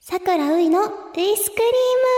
さくらういのウイスクリ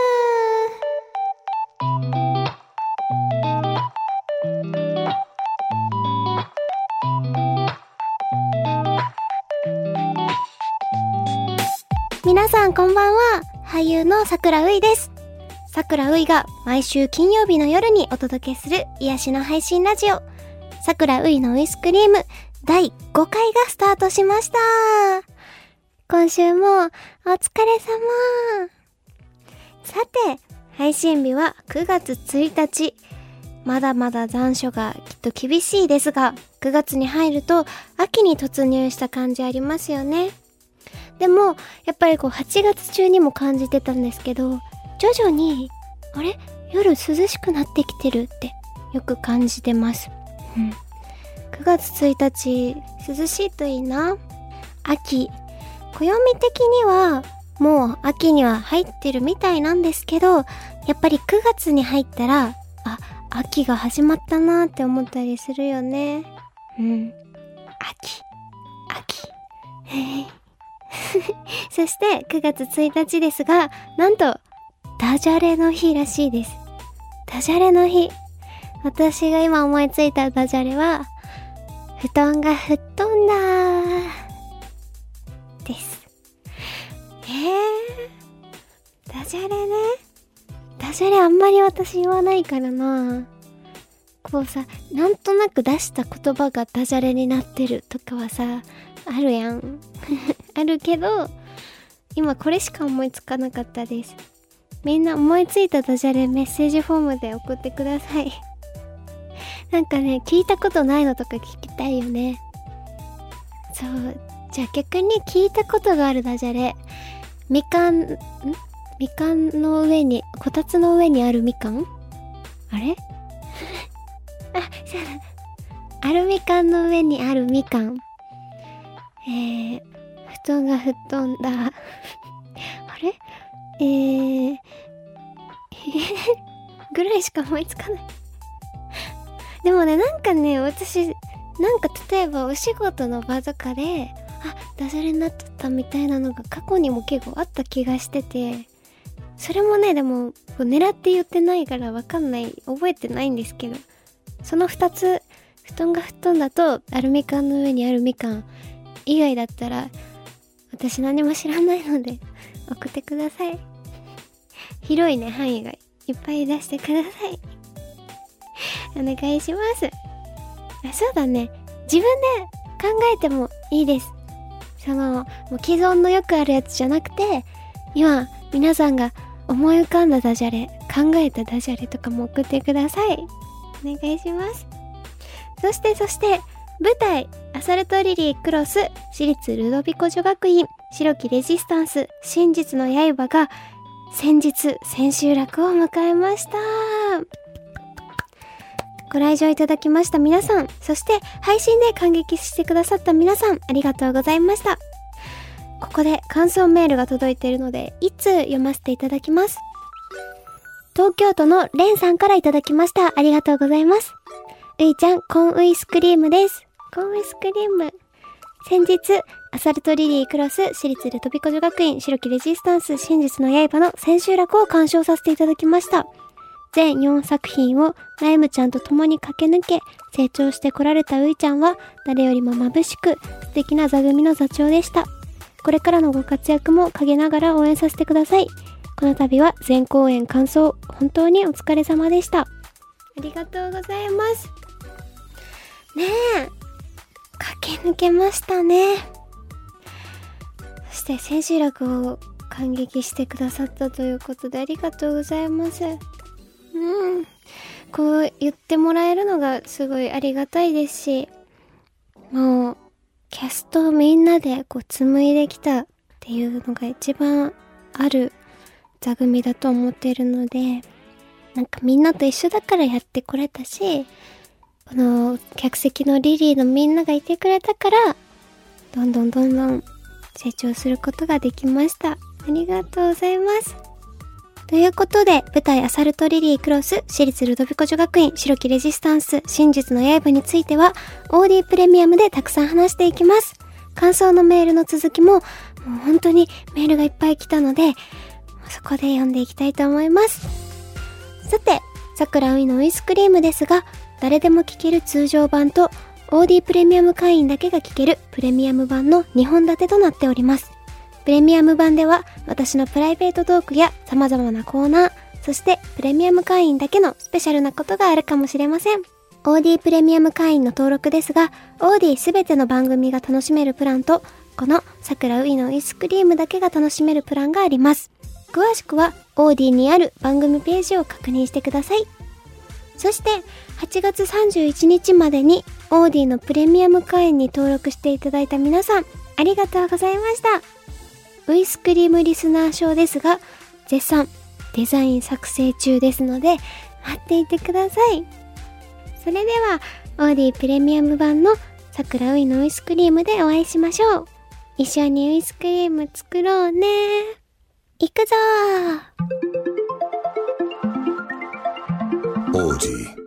ーム。皆さんこんばんは。俳優のさくらういです。さくらういが毎週金曜日の夜にお届けする癒しの配信ラジオ、さくらういのウイスクリーム第5回がスタートしました。今週もお疲れ様。さて、配信日は9月1日。まだまだ残暑がきっと厳しいですが、9月に入ると秋に突入した感じありますよね。でもやっぱり8月中にも感じてたんですけど、徐々にあれ夜涼しくなってきてるってよく感じてます。9月1日涼しいといいな。秋、暦的にはもう秋には入ってるみたいなんですけど、やっぱり9月に入ったら秋が始まったなーって思ったりするよね。秋そして9月1日ですが、なんとダジャレの日らしいです。ダジャレの日。私が今思いついたダジャレは、布団が吹っ飛んだです。ダジャレね。ダジャレあんまり私言わないからな。なんとなく出した言葉がダジャレになってるとかはさ、あるやん。あるけど、今これしか思いつかなかったです。みんな思いついたダジャレメッセージフォームで送ってください。なんかね、聞いたことないのとか聞きたいよね。そう、じゃあ逆に聞いたことがあるダジャレ。みかんの上に、こたつの上にあるみかん？あれそうだ。アルミ缶の上にあるみかん。布団が吹っ飛んだ。あれぐらいしか思いつかない。でもね、なんかね、私、なんか例えばお仕事の場とかで、ダジャレになっとったみたいなのが過去にも結構あった気がしてて、それもね、でも、狙って言ってないからわかんない、覚えてないんですけど、その2つ、布団が吹っ飛んだと、アルミ缶の上にあるみかん以外だったら、私何も知らないので、送ってください。広いね、範囲がいっぱい出してください。お願いします。そうだね。自分で考えてもいいです。もう既存のよくあるやつじゃなくて、今、皆さんが思い浮かんだダジャレ、考えたダジャレとかも送ってください。お願いします。そして、舞台、アサルトリリークロス、私立ルドビコ女学院、白きレジスタンス、真実の刃が、先日、千秋楽を迎えました。ご来場いただきました皆さん、そして配信で感激してくださった皆さん、ありがとうございました。ここで感想メールが届いているので、いつ読ませていただきます。東京都のレンさんからいただきました。ありがとうございます。ういちゃん、コーンウイスクリームです。コーンウイスクリーム。先日、アサルトリリークロス、私立ルトビコ女学院、白きレジスタンス、真実の刃の千秋楽を鑑賞させていただきました。全4作品をライムちゃんと共に駆け抜け、成長してこられたういちゃんは、誰よりも眩しく、素敵な座組の座長でした。これからのご活躍も陰ながら応援させてください。この度は全公演完走、本当にお疲れ様でした。ありがとうございます。ねえ、駆け抜けましたね。そして千秋楽を感激してくださったということで、ありがとうございます。こう言ってもらえるのがすごいありがたいですし、もうキャストみんなで紡いできたっていうのが一番ある座組だと思っているので、なんかみんなと一緒だからやってこれたし、この客席のリリーのみんながいてくれたから、どんどん成長することができました。ありがとうございます。ということで、舞台アサルトリリークロス、私立ルドビコ女学院、白きレジスタンス、真実の刃については、OD プレミアムでたくさん話していきます。感想のメールの続きも、 もう本当にメールがいっぱい来たので、そこで読んでいきたいと思います。さて、さくらういのウイスクリームですが、誰でも聴ける通常版と OD プレミアム会員だけが聴けるプレミアム版の2本立てとなっております。プレミアム版では私のプライベートトークや様々なコーナー、そしてプレミアム会員だけのスペシャルなことがあるかもしれません。OD プレミアム会員の登録ですが、OD すべての番組が楽しめるプランと、このさくらういのウイスクリームだけが楽しめるプランがあります。詳しくは OD にある番組ページを確認してください。そして8月31日までに OD のプレミアム会員に登録していただいた皆さん、ありがとうございました。ウイスクリームリスナー賞ですが、絶賛デザイン作成中ですので待っていてください。それでは OD プレミアム版のさくらういのウイスクリームでお会いしましょう。一緒にウイスクリーム作ろうね。いくぞー。 OD